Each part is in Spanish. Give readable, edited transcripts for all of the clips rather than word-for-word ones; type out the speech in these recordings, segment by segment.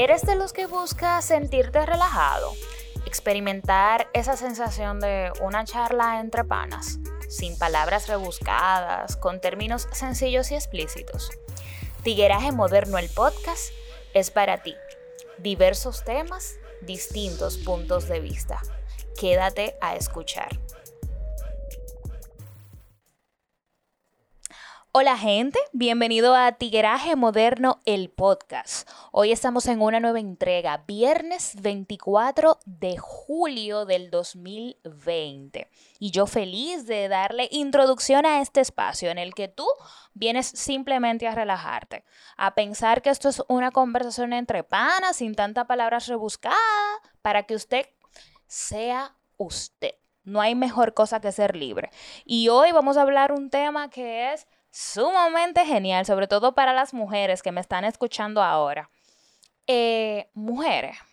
¿Eres de los que busca sentirte relajado? Experimentar esa sensación de una charla entre panas, sin palabras rebuscadas, con términos sencillos y explícitos. Tigueraje Moderno, el podcast, es para ti. Diversos temas, distintos puntos de vista. Quédate a escuchar. Hola gente, bienvenido a Tigueraje Moderno, el podcast. Hoy estamos en una nueva entrega, viernes 24 de julio del 2020. Y yo feliz de darle introducción a este espacio en el que tú vienes simplemente a relajarte, a pensar que esto es una conversación entre panas, sin tantas palabras rebuscadas, para que usted sea usted. No hay mejor cosa que ser libre. Y hoy vamos a hablar un tema que es sumamente genial, sobre todo para las mujeres que me están escuchando ahora. Mujeres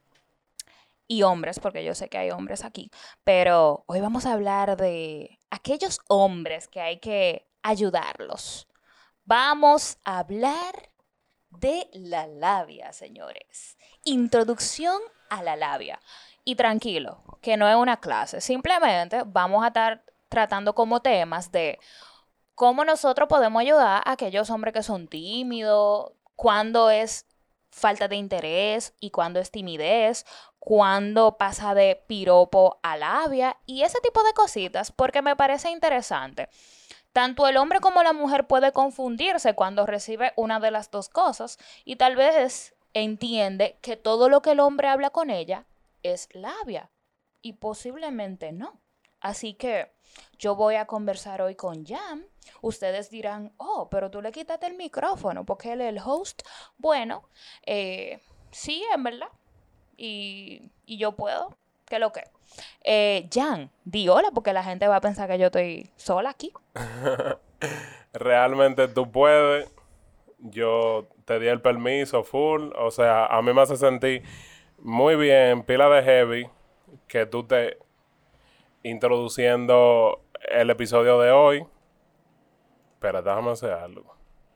y hombres, porque yo sé que hay hombres aquí, pero hoy vamos a hablar de aquellos hombres que hay que ayudarlos. Vamos a hablar de la labia, señores. Introducción a la labia. Y tranquilo, que no es una clase, simplemente vamos a estar tratando como temas de cómo nosotros podemos ayudar a aquellos hombres que son tímidos, cuándo es falta de interés y cuándo es timidez, cuándo pasa de piropo a labia y ese tipo de cositas, porque me parece interesante. Tanto el hombre como la mujer puede confundirse cuando recibe una de las dos cosas y tal vez entiende que todo lo que el hombre habla con ella es labia y posiblemente no. Así que yo voy a conversar hoy con Jam. Ustedes dirán, oh, pero tú le quitaste el micrófono porque él es el host. Bueno, sí, en verdad. Y yo puedo. ¿Qué lo que? Jan, di hola porque la gente va a pensar que yo estoy sola aquí. Realmente tú puedes. Yo te di el permiso full. O sea, a mí me hace sentir muy bien, pila de heavy, que tú te introduciendo el episodio de hoy. Pero déjame hacer algo.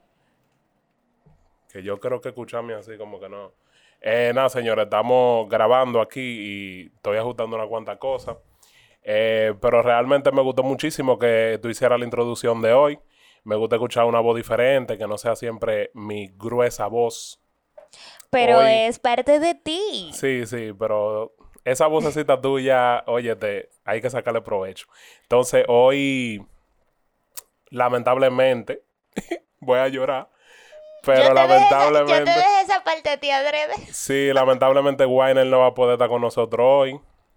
Que yo creo que escucharme así como que no. Nada, señores, estamos grabando aquí y estoy ajustando unas cuantas cosas. Pero realmente me gustó muchísimo que tú hicieras la introducción de hoy. Me gusta escuchar una voz diferente, que no sea siempre mi gruesa voz. Pero Hoy, es parte de ti. sí, pero esa vocecita tuya, óyete, hay que sacarle provecho. Entonces, hoy, lamentablemente, voy a llorar, pero Yo te lamentablemente, dejé esa parte a ti adrede. sí, lamentablemente, Wainer no va a poder estar con nosotros hoy.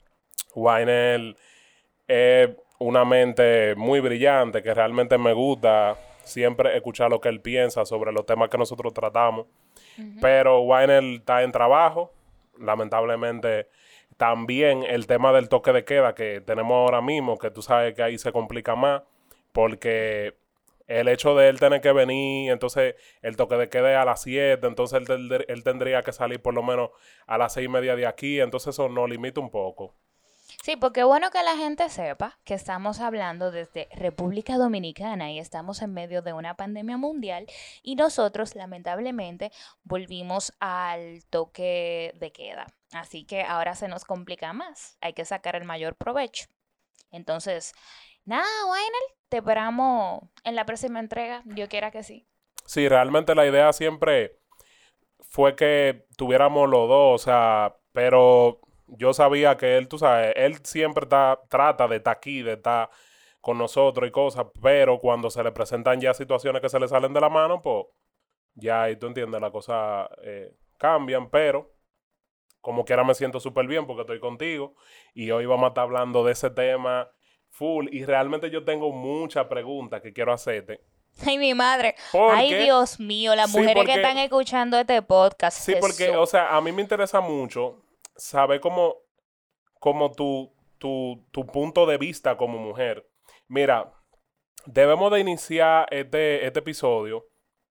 Wainer es una mente muy brillante que realmente me gusta siempre escuchar lo que él piensa sobre los temas que nosotros tratamos. Pero Wainer está en trabajo. Lamentablemente, también el tema del toque de queda que tenemos ahora mismo, que tú sabes que ahí se complica más, porque el hecho de él tener que venir, entonces el toque de queda es a las 7, entonces él tendría que salir por lo menos a las 6:30 de aquí, entonces eso nos limita un poco. Sí, porque es bueno que la gente sepa que estamos hablando desde República Dominicana y estamos en medio de una pandemia mundial y nosotros lamentablemente volvimos al toque de queda. Así que ahora se nos complica más. Hay que sacar el mayor provecho. Entonces, nada, Wainer, te esperamos en la próxima entrega. Dios quiera que sí. Sí, realmente la idea siempre fue que tuviéramos los dos, o sea, pero yo sabía que él, tú sabes, él siempre trata de estar aquí, de estar con nosotros y cosas, pero cuando se le presentan ya situaciones que se le salen de la mano, pues ya ahí tú entiendes, las cosas cambian, pero como quiera me siento súper bien porque estoy contigo y hoy vamos a estar hablando de ese tema full y realmente yo tengo muchas preguntas que quiero hacerte. Ay, mi madre. ¿Por Ay, qué? Dios mío, las Sí, mujeres que porque están escuchando este podcast, Sí, porque, Jesús. o sea, a mí me interesa mucho saber cómo tu punto de vista como mujer. Mira, debemos de iniciar este episodio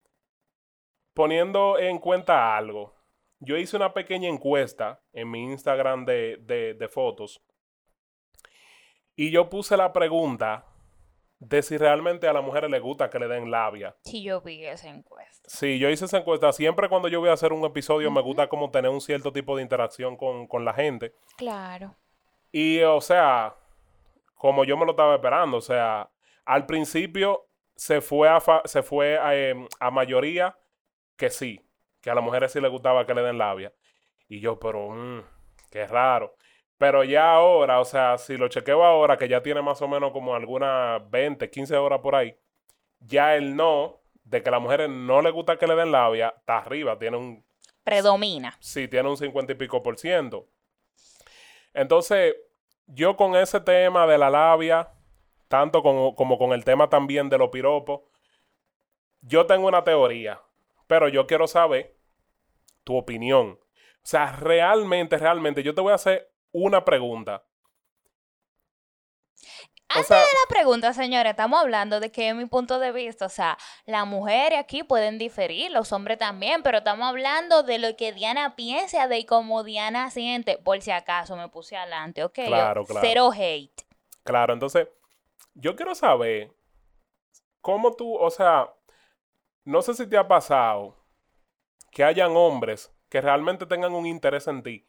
poniendo en cuenta algo. Yo hice una pequeña encuesta en mi Instagram de fotos y yo puse la pregunta de si realmente a las mujeres les gusta que le den labia. Sí, yo vi esa encuesta. Sí, yo hice esa encuesta. Siempre cuando yo voy a hacer un episodio me Ujú, gusta como tener un cierto tipo de interacción con la gente. claro. Y, o sea, como yo me lo estaba esperando, o sea, al principio se fue a mayoría que sí, que a las mujeres sí les gustaba que le den labia. Y yo, pero, qué raro. Pero ya ahora, o sea, si lo chequeo ahora, que ya tiene más o menos como algunas 20, 15 horas por ahí, ya el no, de que a las mujeres no les gusta que le den labia, está arriba, Predomina. sí, tiene un 50 y pico por ciento. Entonces, yo con ese tema de la labia, tanto como con el tema también de los piropos, yo tengo una teoría, pero yo quiero saber tu opinión. O sea, realmente, yo te voy a hacer una pregunta. O Antes de sea, la pregunta, señores, estamos hablando de que, en mi punto de vista, o sea, las mujeres aquí pueden diferir, los hombres también, pero estamos hablando de lo que Diana piensa, de cómo Diana siente. Por si acaso me puse adelante, ok, yo, claro, claro, cero hate. claro. Entonces, yo quiero saber cómo tú, o sea, no sé si te ha pasado que hayan hombres que realmente tengan un interés en ti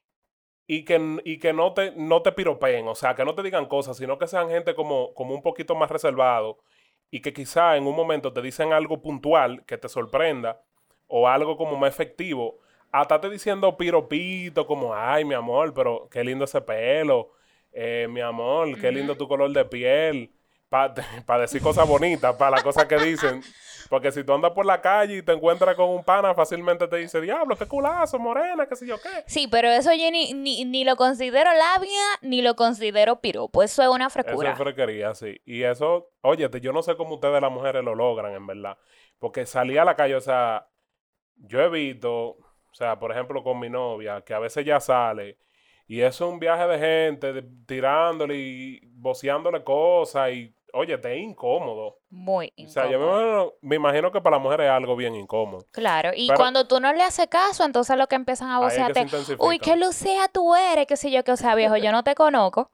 y que no te piropeen, o sea, que no te digan cosas, sino que sean gente como un poquito más reservado y que quizá en un momento te dicen algo puntual que te sorprenda o algo como más efectivo, hasta te diciendo piropito como, ay, mi amor, pero qué lindo ese pelo, mi amor, qué lindo Ujú. tu color de piel, para decir cosas bonitas, para las cosas que dicen. Porque si tú andas por la calle y te encuentras con un pana, fácilmente te dice, diablo, qué culazo, morena, qué sé yo qué. Sí, pero eso yo ni lo considero labia, ni lo considero piropo, eso es una Eso es frescura. frequería, sí. Y eso, oye, yo no sé cómo ustedes las mujeres lo logran, en verdad. Porque salí a la calle, o sea, yo he visto, o sea, por ejemplo, con mi novia, que a veces ya sale, y eso es un viaje de gente tirándole y voceándole cosas, y, oye, te es incómodo. Muy O sea, yo incómodo. me imagino que para la mujer es algo bien incómodo. Claro, y Pero cuando tú no le haces caso, entonces lo que empiezan a ahí es que se vocearte, uy, qué intensifican. lucea tú eres, qué sé yo, que o sea, viejo, yo no te conozco,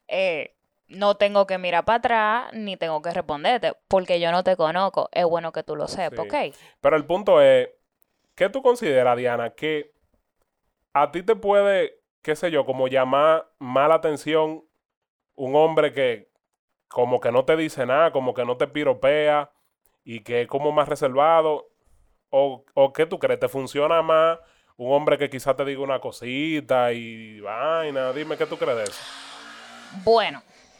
no tengo que mirar para atrás, ni tengo que responderte, porque yo no te conozco, es bueno que tú lo sepas, ¿ok? Sí. Pero el punto es, ¿qué tú consideras, Diana, que a ti te puede, qué sé yo, como llamar mala atención un hombre que como que no te dice nada, como que no te piropea y que es como más reservado? ¿O qué tú crees? ¿Te funciona más un hombre que quizá te diga una cosita y vaina? Dime, ¿qué tú crees de eso? Bueno,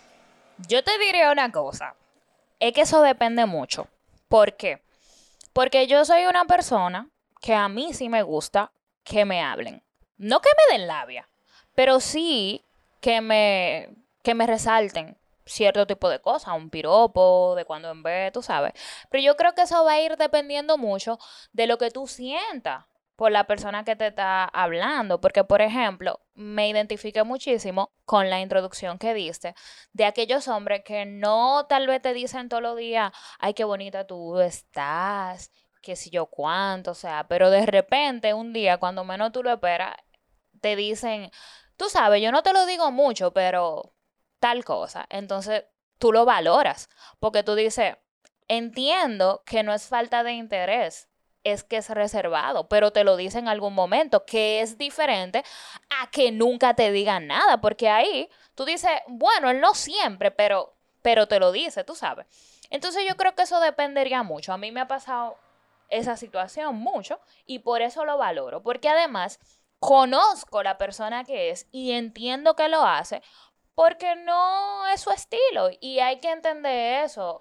yo te diré una cosa, es que eso depende mucho. ¿Por qué? Porque yo soy una persona que a mí sí me gusta que me hablen. No que me den labia, pero sí que que me resalten cierto tipo de cosas, un piropo, de cuando en vez, tú sabes. Pero yo creo que eso va a ir dependiendo mucho de lo que tú sientas por la persona que te está hablando. Porque, por ejemplo, me identifiqué muchísimo con la introducción que diste de aquellos hombres que no tal vez te dicen todos los días, ay, qué bonita tú estás, qué sé yo cuánto, o sea, pero de repente un día, cuando menos tú lo esperas, te dicen, tú sabes, yo no te lo digo mucho, pero tal cosa. Entonces tú lo valoras, porque tú dices, entiendo que no es falta de interés, es que es reservado, pero te lo dice en algún momento, que es diferente a que nunca te digan nada, porque ahí tú dices, bueno, él no siempre, pero te lo dice, tú sabes. Entonces yo creo que eso dependería mucho. A mí me ha pasado esa situación mucho y por eso lo valoro, porque además conozco la persona que es y entiendo que lo hace porque no es su estilo y hay que entender eso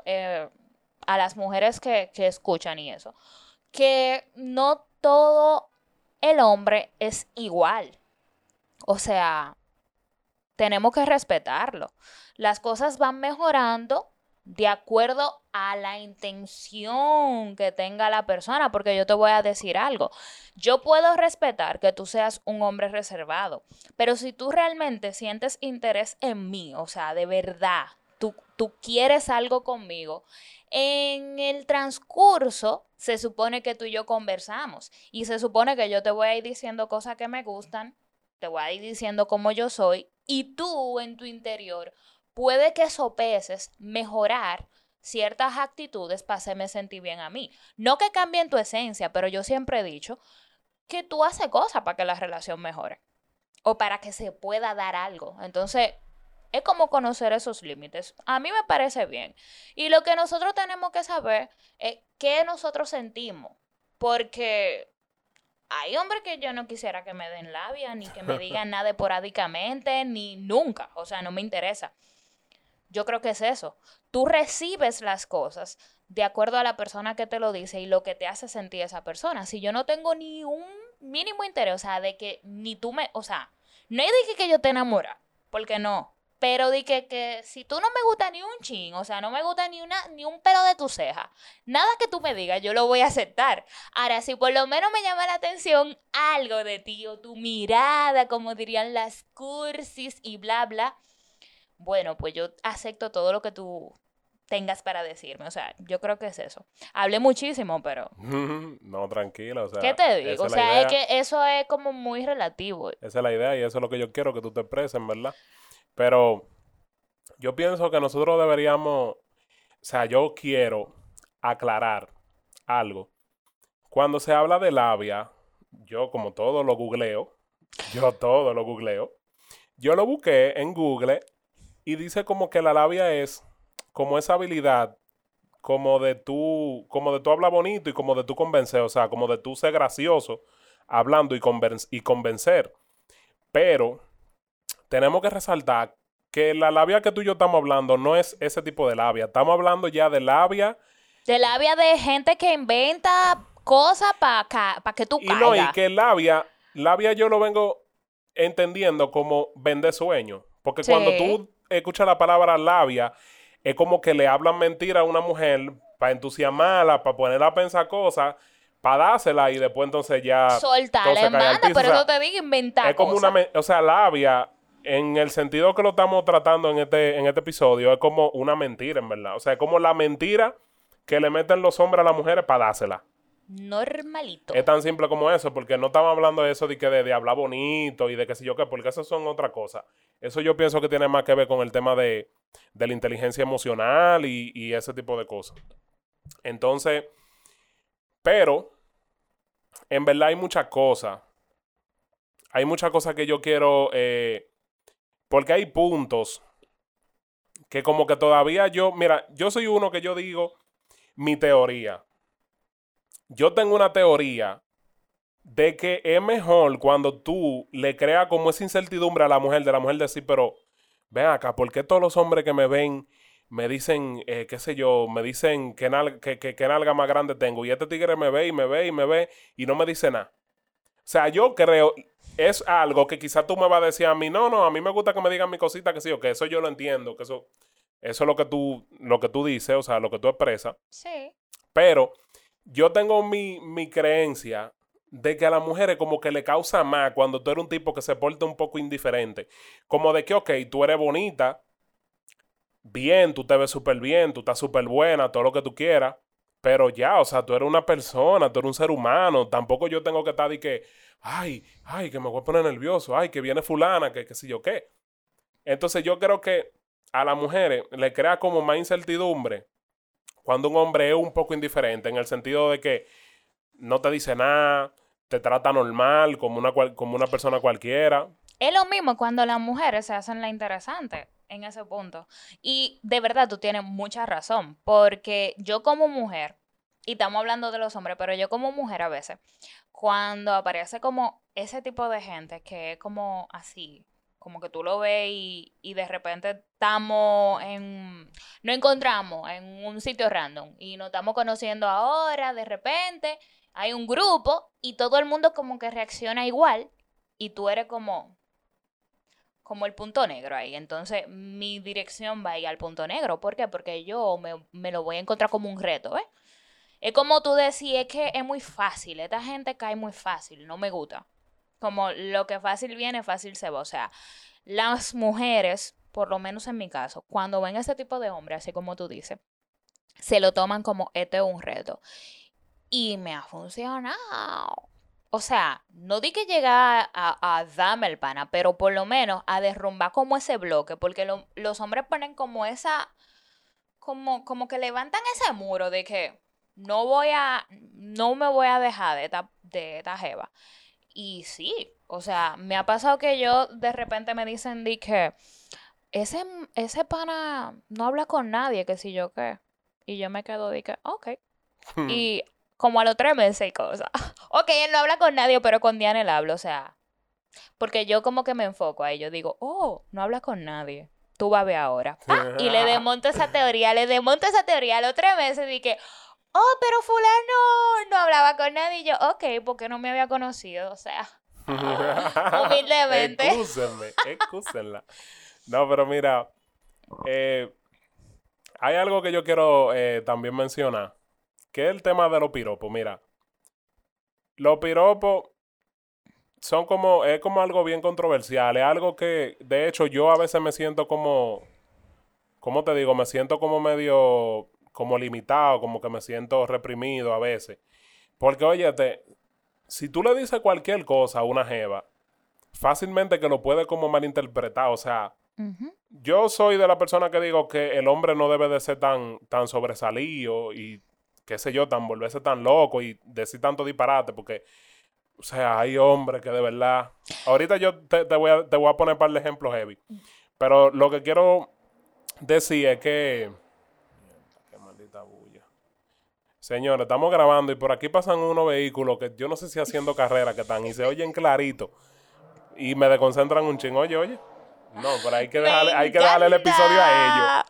a las mujeres que escuchan y eso, que no todo el hombre es igual, o sea, tenemos que respetarlo. Las cosas van mejorando de acuerdo a la intención que tenga la persona, porque yo te voy a decir algo. Yo puedo respetar que tú seas un hombre reservado, pero si tú realmente sientes interés en mí, o sea, de verdad, tú quieres algo conmigo, en el transcurso se supone que tú y yo conversamos y se supone que yo te voy a ir diciendo cosas que me gustan, te voy a ir diciendo cómo yo soy y tú en tu interior puede que sopeses mejorar ciertas actitudes para hacerme sentir bien a mí. No que cambien tu esencia, pero yo siempre he dicho que tú haces cosas para que la relación mejore o para que se pueda dar algo. Entonces, es como conocer esos límites. A mí me parece bien. Y lo que nosotros tenemos que saber es qué nosotros sentimos. Porque hay hombres que yo no quisiera que me den labia, ni que me digan nada esporádicamente, ni nunca. O sea, no me interesa. Yo creo que es eso. Tú recibes las cosas de acuerdo a la persona que te lo dice y lo que te hace sentir esa persona. Si yo no tengo ni un mínimo interés, o sea, de que ni tú me, o sea, no es de que yo te enamora, porque no. Pero de que si tú no me gusta ni un chin, o sea, no me gusta ni un pelo de tu ceja, nada que tú me digas, yo lo voy a aceptar. Ahora, si por lo menos me llama la atención algo de ti, o tu mirada, como dirían las cursis y bla, bla, bueno, pues yo acepto todo lo que tú tengas para decirme. O sea, yo creo que es eso. Hablé muchísimo, pero No, tranquila, o ¿qué sea, te digo? esa O es la sea, es idea. que eso es como muy relativo. Esa es la idea y eso es lo que yo quiero que tú te expreses, ¿verdad? Pero yo pienso que nosotros deberíamos, o sea, yo quiero aclarar algo. Cuando se habla de labia, yo como todo lo googleo, yo todo lo googleo, yo lo busqué en Google y dice como que la labia es como esa habilidad como de tú hablar bonito y como de tú convencer, o sea, como de tú ser gracioso hablando y convencer. Pero tenemos que resaltar que la labia que tú y yo estamos hablando no es ese tipo de labia. Estamos hablando ya de labia De labia de gente que inventa cosas para que tú y no, y caigas. que labia yo lo vengo entendiendo como vender sueños. Porque cuando Sí. tú escuchas la palabra labia, es como que le hablan mentira a una mujer para entusiasmarla, para ponerla a pensar cosas, para dársela y después entonces ya todo Soltarle se cae al manda, piso. O pero eso sea, te digo, inventar es como cosas. o sea, labia, en el sentido que lo estamos tratando en este episodio, es como una mentira, en verdad. O sea, es como la mentira que le meten los hombres a las mujeres para dársela. Normalito. Es tan simple como eso, porque no estamos hablando de eso de hablar bonito y de qué sé yo qué, porque eso son otra cosa. Eso yo pienso que tiene más que ver con el tema de la inteligencia emocional y ese tipo de cosas. Entonces, pero en verdad hay muchas cosas. Hay muchas cosas que yo quiero, porque hay puntos que como que todavía mira, yo soy uno que yo digo mi teoría. Yo tengo una teoría de que es mejor cuando tú le creas como esa incertidumbre a la mujer, de la mujer decir, pero ven acá, ¿por qué todos los hombres que me ven me dicen, qué sé yo, me dicen que nalga más grande tengo? Y este tigre me ve y me ve y me ve y no me dice nada. O sea, yo creo, es algo que quizás tú me vas a decir a mí, no, a mí me gusta que me digan mi cosita, que sí, o que eso yo lo entiendo, que eso es lo que tú dices, o sea, lo que tú expresas. Sí. Pero yo tengo mi creencia de que a las mujeres como que le causa más cuando tú eres un tipo que se porta un poco indiferente. Como de que, ok, tú eres bonita, bien, tú te ves súper bien, tú estás súper buena, todo lo que tú quieras, pero ya, o sea, tú eres una persona, tú eres un ser humano, tampoco yo tengo que estar de que, ay, que me voy a poner nervioso, ay, que viene fulana, que sé yo qué. Entonces yo creo que a las mujeres le crea como más incertidumbre cuando un hombre es un poco indiferente, en el sentido de que no te dice nada, te trata normal, como una persona cualquiera. Es lo mismo cuando las mujeres se hacen la interesante en ese punto. Y de verdad tú tienes mucha razón, porque yo como mujer, y estamos hablando de los hombres, pero yo como mujer a veces, cuando aparece como ese tipo de gente que es como así, como que tú lo ves y de repente nos encontramos en un sitio random y nos estamos conociendo ahora, de repente hay un grupo y todo el mundo como que reacciona igual y tú eres como el punto negro ahí. Entonces, mi dirección va a ir al punto negro. ¿Por qué? Porque yo me lo voy a encontrar como un reto, ¿eh? Es como tú decís, es que es muy fácil. Esta gente cae muy fácil, no me gusta. Como lo que fácil viene, fácil se va. O sea, las mujeres, por lo menos en mi caso, cuando ven ese tipo de hombre, así como tú dices, se lo toman como este es un reto. Y me ha funcionado. o sea, no di que llegar a darme el pana, pero por lo menos a derrumbar como ese bloque, porque los hombres ponen como como que levantan ese muro de que no me voy a dejar de esta jeva. Y sí, o sea, me ha pasado que yo de repente me dicen de que ese, ese pana no habla con nadie, que si yo qué. Y yo me quedo de que, ok. Y como a los 3 meses y cosas. Ok, él no habla con nadie, pero con Diana él habla, o sea. Porque yo como que me enfoco ahí. Yo digo, oh, no habla con nadie. Tú vas a ver ahora. ¡Pah! Y le desmonto esa teoría a los 3 meses y que, oh, pero fulano no hablaba con nadie. Y yo, ok, porque no me había conocido, o sea. Humildemente. Excúsenla. No, pero mira, hay algo que yo quiero también mencionar, que es el tema de los piropos. Mira, los piropos es como algo bien controversial, es algo que, de hecho, yo a veces me siento como, ¿cómo te digo? Me siento como medio, como limitado, como que me siento reprimido a veces. Porque, óyete, si tú le dices cualquier cosa a una jeva, fácilmente que lo puede como malinterpretar, o sea, Ujú. yo soy de la persona que digo que el hombre no debe de ser tan sobresalido y qué sé yo, tan volverse tan loco y decir tanto disparate, porque, o sea, hay hombres que de verdad... Ahorita yo te voy a poner un par de ejemplos heavy, pero lo que quiero decir es que... Qué maldita bulla. Señores, estamos grabando y por aquí pasan unos vehículos que yo no sé si haciendo carrera que están y se oyen clarito y me desconcentran un ching. Oye, oye. No, pero Me hay que dejarle el episodio a ellos. encanta.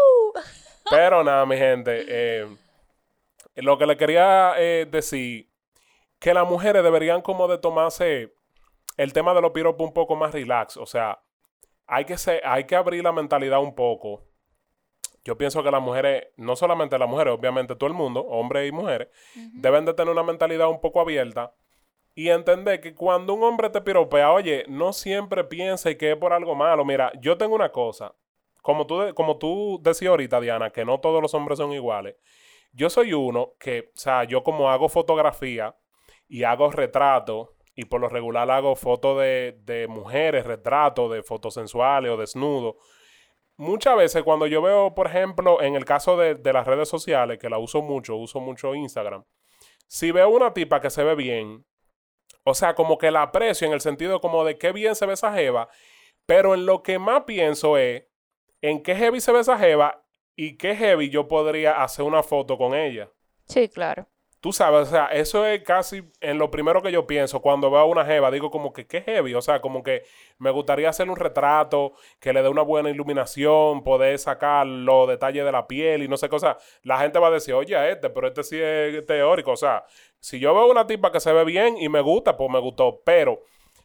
Pero nada, mi gente, lo que le quería decir, que las mujeres deberían como de tomarse el tema de los piropos un poco más relax. O sea, hay que abrir la mentalidad un poco. Yo pienso que las mujeres, no solamente las mujeres, obviamente todo el mundo, hombres y mujeres, Ujú. deben de tener una mentalidad un poco abierta y entender que cuando un hombre te piropea, oye, no siempre piense que es por algo malo. Mira, yo tengo una cosa, como tú decías ahorita, Diana, que no todos los hombres son iguales. Yo soy uno que, o sea, yo como hago fotografía y hago retratos, y por lo regular hago fotos de mujeres, retratos, de fotos sensuales o desnudos. Muchas veces cuando yo veo, por ejemplo, en el caso de las redes sociales, que la uso mucho Instagram, si veo una tipa que se ve bien, o sea, como que la aprecio en el sentido como de qué bien se ve esa jeva, pero en lo que más pienso es en qué heavy se ve esa jeva y qué heavy yo podría hacer una foto con ella. Sí, claro. Tú sabes, o sea, eso es casi en lo primero que yo pienso cuando veo a una jeva, digo como que qué heavy, o sea, como que me gustaría hacer un retrato que le dé una buena iluminación, poder sacar los detalles de la piel y no sé qué, o sea, la gente va a decir, oye, pero este sí es teórico, o sea, si yo veo una tipa que se ve bien y me gusta, pues me gustó, pero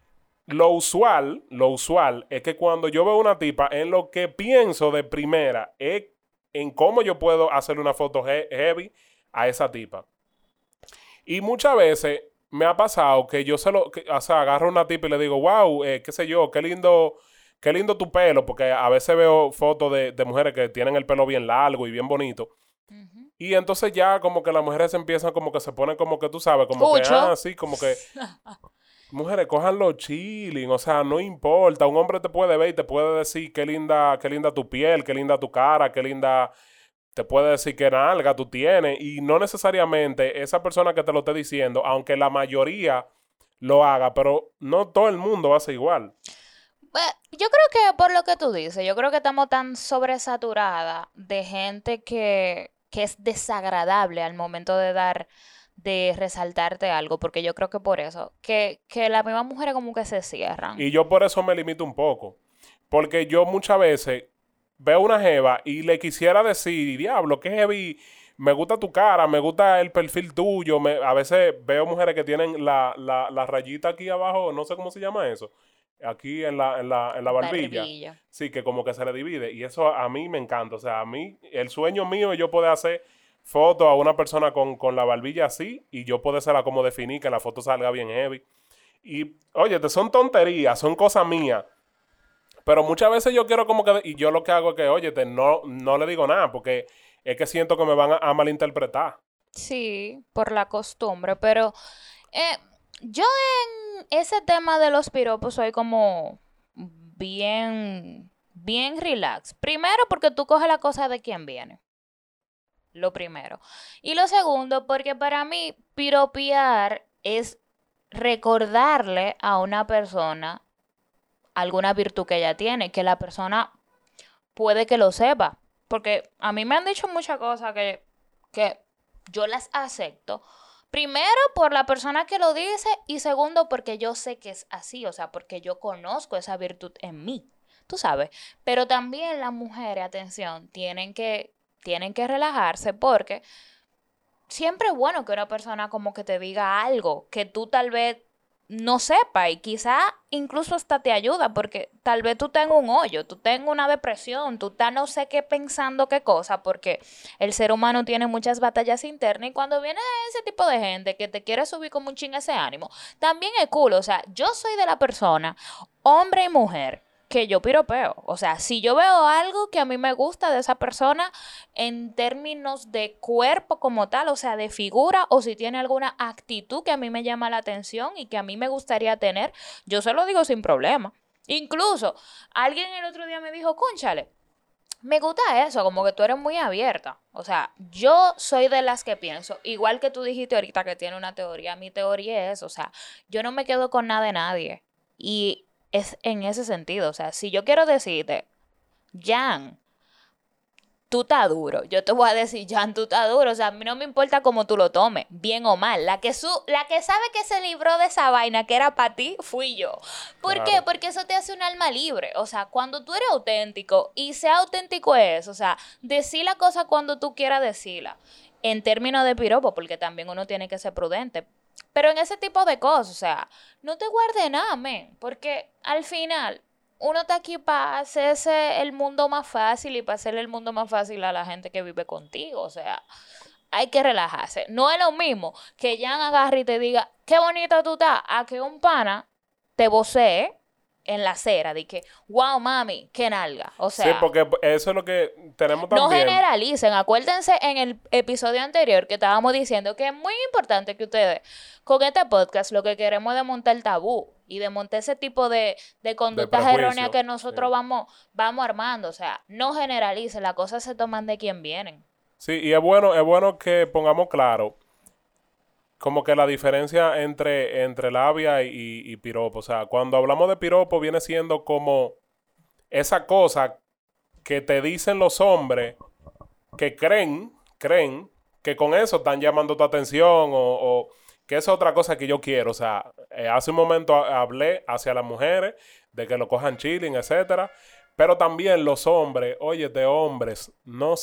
lo usual es que cuando yo veo una tipa, en lo que pienso de primera es en cómo yo puedo hacerle una foto heavy a esa tipa. Y muchas veces me ha pasado que yo o sea, agarro a una tipa y le digo, wow, qué sé yo, qué lindo tu pelo, porque a veces veo fotos de mujeres que tienen el pelo bien largo y bien bonito. Ujú. Y entonces ya como que las mujeres se empiezan como que se ponen como que tú sabes, como que, Escucho. sí, como que mujeres, cójanlo chilling, o sea, no importa, un hombre te puede ver y te puede decir qué linda tu piel, qué linda tu cara, qué linda, te puede decir qué nalga tú tienes, y no necesariamente esa persona que te lo esté diciendo, aunque la mayoría lo haga, pero no todo el mundo hace igual. Yo creo que por lo que tú dices, yo creo que estamos tan sobresaturada de gente que es desagradable al momento de resaltarte algo, porque yo creo que por eso, que las mismas mujeres como que se cierran. Y yo por eso me limito un poco, porque yo muchas veces veo una jeva y le quisiera decir, diablo, qué heavy, me gusta tu cara, me gusta el perfil tuyo. A veces veo mujeres que tienen la rayita aquí abajo, no sé cómo se llama eso, aquí en la barbilla. Barbilla. Sí, que como que se le divide. Y eso a mí me encanta. O sea, a mí, el sueño mío es yo poder hacer fotos a una persona con la barbilla así y yo poder hacerla como definir, que la foto salga bien heavy. Y, oye, son tonterías, son cosas mías. Pero muchas veces yo quiero como que... Y yo lo que hago es que, oye, no le digo nada porque es que siento que me van a malinterpretar. Sí, por la costumbre, pero eh, Yo en ese tema de los piropos soy como bien relax. Primero porque tú coges la cosa de quien viene. Lo primero. Y lo segundo porque para mí piropear es recordarle a una persona alguna virtud que ella tiene, que la persona puede que lo sepa. Porque a mí me han dicho muchas cosas que yo las acepto. Primero, por la persona que lo dice y segundo, porque yo sé que es así, o sea, porque yo conozco esa virtud en mí, tú sabes. Pero también las mujeres, atención, tienen que relajarse porque siempre es bueno que una persona como que te diga algo que tú tal vez no sepas y quizá incluso hasta te ayuda porque tal vez tú tengas un hoyo, tú tengas una depresión, tú estás no sé qué pensando qué cosa porque el ser humano tiene muchas batallas internas y cuando viene ese tipo de gente que te quiere subir como un ching ese ánimo, también es cool, o sea, yo soy de la persona, hombre y mujer, que yo piropeo. O sea, si yo veo algo que a mí me gusta de esa persona en términos de cuerpo como tal, o sea, de figura, o si tiene alguna actitud que a mí me llama la atención y que a mí me gustaría tener, yo se lo digo sin problema. Incluso, alguien el otro día me dijo, cónchale, me gusta eso, como que tú eres muy abierta. O sea, yo soy de las que pienso, igual que tú dijiste ahorita que tiene una teoría, mi teoría es, o sea, yo no me quedo con nada de nadie. Y es en ese sentido, o sea, si yo quiero decirte, Jan, tú estás duro, yo te voy a decir, Jan, tú estás duro, o sea, a mí no me importa cómo tú lo tomes, bien o mal, la que sabe que se libró de esa vaina que era para ti, fui yo. ¿Por qué? Claro. Porque eso te hace un alma libre, o sea, cuando tú eres auténtico, y sea auténtico es, o sea, decir la cosa cuando tú quieras decirla, en términos de piropo, porque también uno tiene que ser prudente, pero en ese tipo de cosas, o sea, no te guardes nada, men, porque al final uno está aquí para hacerse el mundo más fácil y para hacerle el mundo más fácil a la gente que vive contigo, o sea, hay que relajarse. No es lo mismo que Jan agarre y te diga, qué bonita tú estás, a que un pana te vocee en la acera, de que, wow, mami, qué nalga, o Sí, sea... porque eso es lo que tenemos No también. generalicen, acuérdense en el episodio anterior que estábamos diciendo que es muy importante que ustedes, con este podcast, lo que queremos es desmontar el tabú y desmontar ese tipo de De conductas erróneas prejuicio. que Sí. nosotros vamos armando. O sea, no generalicen, las cosas se toman de quien vienen. Sí, y es bueno que pongamos claro como que la diferencia entre labia y piropo. O sea, cuando hablamos de piropo viene siendo como esa cosa que te dicen los hombres que creen que con eso están llamando tu atención o que esa es otra cosa que yo quiero. O sea, hace un momento hablé hacia las mujeres de que lo cojan chilling, etcétera. Pero también los hombres, oye, de hombres,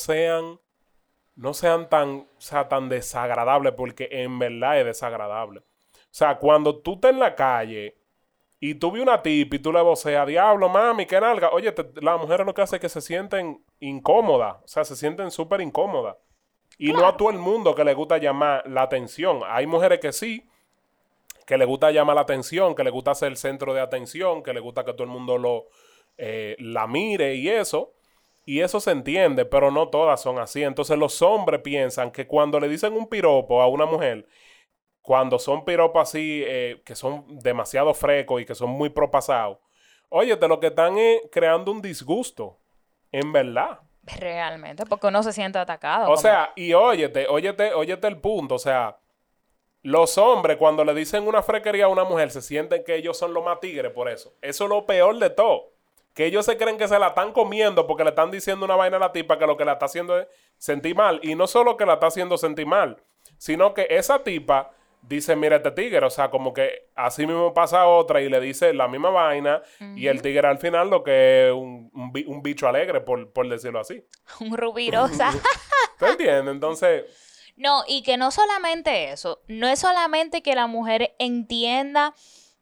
no sean tan, o sea, tan desagradables porque en verdad es desagradable. O sea, cuando tú estás en la calle y tú ves una tip y tú le voceas, diablo, mami, qué nalga. Oye, las mujeres lo que hacen es que se sienten incómodas. O sea, se sienten súper incómodas. Y no a Claro. todo el mundo que le gusta llamar la atención. Hay mujeres que sí, que le gusta llamar la atención, que le gusta ser el centro de atención, que le gusta que todo el mundo la mire y eso. Y eso se entiende, pero no todas son así. Entonces los hombres piensan que cuando le dicen un piropo a una mujer, cuando son piropos así, que son demasiado frescos y que son muy propasados, oye, de lo que están es creando un disgusto, en verdad. Realmente, porque uno se siente atacado, O como, sea, y óyete el punto, o sea, los hombres cuando le dicen una frequería a una mujer se sienten que ellos son los más tigres por eso. Eso es lo peor de todo. Que ellos se creen que se la están comiendo porque le están diciendo una vaina a la tipa que lo que la está haciendo es sentir mal. Y no solo que la está haciendo sentir mal, sino que esa tipa dice, mira este tigre. O sea, como que así mismo pasa otra y le dice la misma vaina. Y el ujú, tigre al final lo que es un bicho alegre, por decirlo así. un rubí rosa. ¿Te entiendes? Entonces, No, y que no solamente eso, no es solamente que la mujer entienda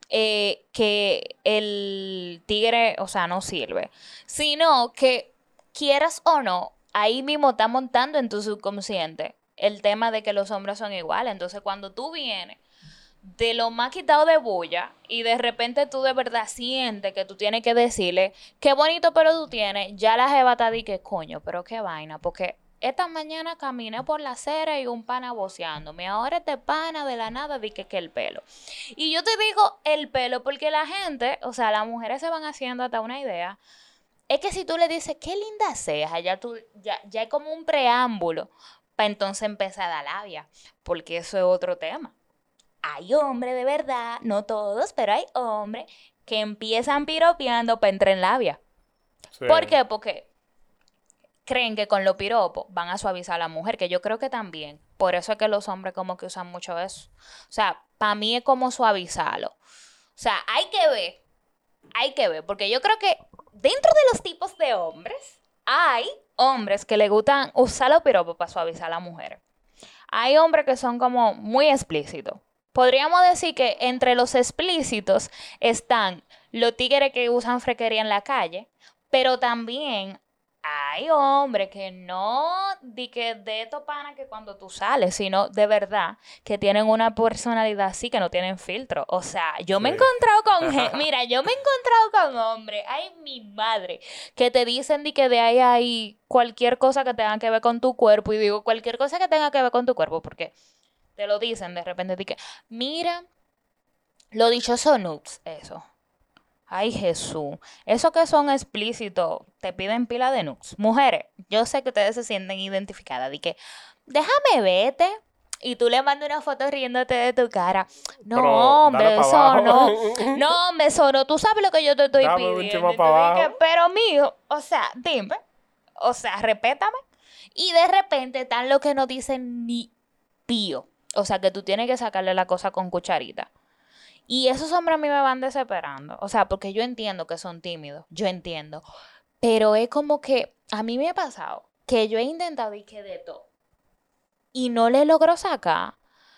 que el tigre, o sea, no sirve, sino que quieras o no, ahí mismo está montando en tu subconsciente el tema de que los hombres son iguales. Entonces, cuando tú vienes de lo más quitado de bulla y de repente tú de verdad sientes que tú tienes que decirle qué bonito pelo tú tienes, ya la jeva te di que coño, pero qué vaina, porque esta mañana caminé por la acera y un pana voceándome. Ahora este pana de la nada di que el pelo. Y yo te digo el pelo porque la gente, o sea, las mujeres se van haciendo hasta una idea. Es que si tú le dices, qué linda ceja, ya hay como un preámbulo para entonces empezar a dar labia. Porque eso es otro tema. Hay hombres de verdad, no todos, pero hay hombres que empiezan piropeando para entrar en labia. Sí. ¿Por qué? Porque creen que con los piropos van a suavizar a la mujer, que yo creo que también. Por eso es que los hombres como que usan mucho eso. O sea, para mí es como suavizarlo. O sea, hay que ver, porque yo creo que dentro de los tipos de hombres, hay hombres que le gustan usar los piropos para suavizar a la mujer. Hay hombres que son como muy explícitos. Podríamos decir que entre los explícitos están los tigres que usan frequería en la calle, pero también hay hombres que no di que de estos panas que cuando tú sales, sino de verdad que tienen una personalidad así que no tienen filtro. O sea, yo me he Sí. encontrado con mira, yo me he encontrado con hombres, ay mi madre, que te dicen di que de ahí hay cualquier cosa que tenga que ver con tu cuerpo y digo cualquier cosa que tenga que ver con tu cuerpo porque te lo dicen de repente di que mira, lo dichoso nudes, eso. Ay, Jesús. Eso que son explícitos, te piden pila de nudes. Mujeres, yo sé que ustedes se sienten identificadas. De que, déjame verte. Y tú le mandas una foto riéndote de tu cara. Pero No, dale hombre, para eso abajo. no. No, hombre, eso no. Tú sabes lo que yo te estoy Dame un pidiendo. chimo Y tú para dices, abajo. pero mijo, o sea, dime. O sea, respétame. Y de repente están los que no dicen ni pío. O sea, que tú tienes que sacarle la cosa con cucharita. Y esos hombres a mí me van desesperando. O sea, porque yo entiendo que son tímidos. Yo entiendo. Pero es como que a mí me ha pasado que yo he intentado y que de todo. Y no le logro sacar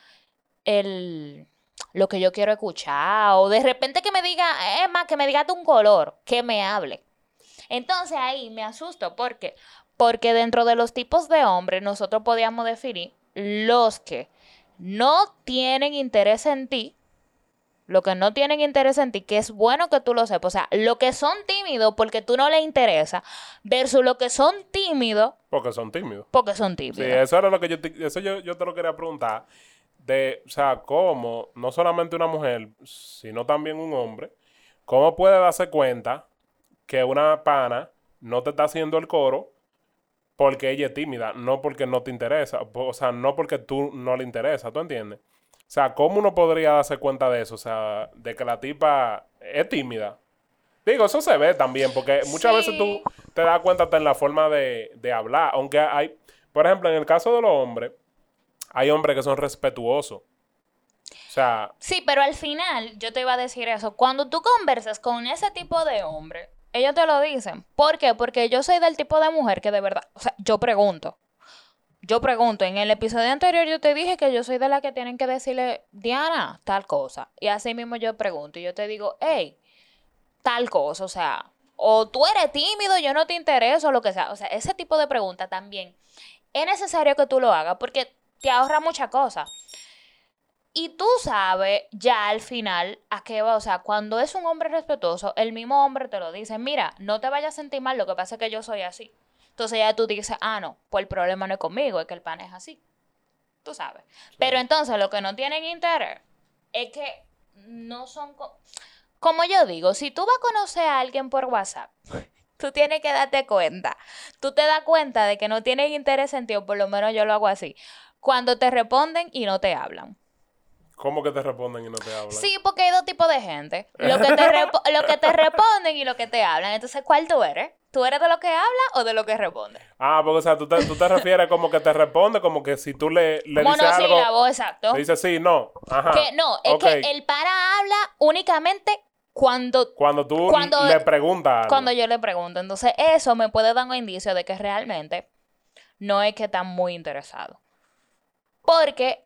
el, lo que yo quiero escuchar. O de repente que me diga, es más, que me diga de un color, que me hable. Entonces ahí me asusto. ¿Por qué? Porque dentro de los tipos de hombres nosotros podíamos definir los que no tienen interés en ti, lo que no tienen interés en ti, que es bueno que tú lo sepas. O sea, lo que son tímidos porque tú no les interesa, versus lo que son tímidos Porque son tímidos. porque son Sí, tímidos. eso era lo que yo te lo quería preguntar. De, o sea, cómo, no solamente una mujer, sino también un hombre, cómo puede darse cuenta que una pana no te está haciendo el coro porque ella es tímida, no porque no te interesa, o sea, no porque tú no le interesa, ¿tú entiendes? O sea, ¿cómo uno podría darse cuenta de eso? O sea, de que la tipa es tímida. Digo, eso se ve también, porque muchas veces tú Sí. te das cuenta hasta en la forma de hablar, aunque hay, por ejemplo, en el caso de los hombres, hay hombres que son respetuosos. O sea, Sí, pero al final yo te iba a decir eso. Cuando tú conversas con ese tipo de hombre, ellos te lo dicen. ¿Por qué? Porque yo soy del tipo de mujer que de verdad, o sea, yo pregunto. Yo pregunto, en el episodio anterior yo te dije que yo soy de la que tienen que decirle, Diana, tal cosa. Y así mismo yo pregunto y yo te digo, hey, tal cosa, o sea, o tú eres tímido, yo no te intereso, o lo que sea. O sea, ese tipo de pregunta también es necesario que tú lo hagas porque te ahorra muchas cosas. Y tú sabes ya al final a qué va, o sea, cuando es un hombre respetuoso, el mismo hombre te lo dice, mira, no te vayas a sentir mal, lo que pasa es que yo soy así. Entonces ya tú dices, ah, no, pues el problema no es conmigo, es que el pan es así, tú sabes. Pero sí. entonces lo que no tienen interés es que no son, como yo digo, si tú vas a conocer a alguien por WhatsApp, tú tienes que darte cuenta. Tú te das cuenta de que no tienen interés en ti, o por lo menos yo lo hago así, cuando te responden y no te hablan. ¿Cómo que te responden y no te hablan? Sí, porque hay dos tipos de gente. Lo que te responden y lo que te hablan. Entonces, ¿cuál tú eres? ¿Tú eres de lo que habla o de lo que responde? Ah, porque, o sea, tú te refieres como que te responde, como que si tú le dices algo, Monosílabo, exacto. te dice sí, no, Que ajá, no, es ok. que el para habla únicamente Cuando tú cuando, le preguntas cuando algo. yo le pregunto. Entonces, eso me puede dar un indicio de que realmente no es que están muy interesados. Porque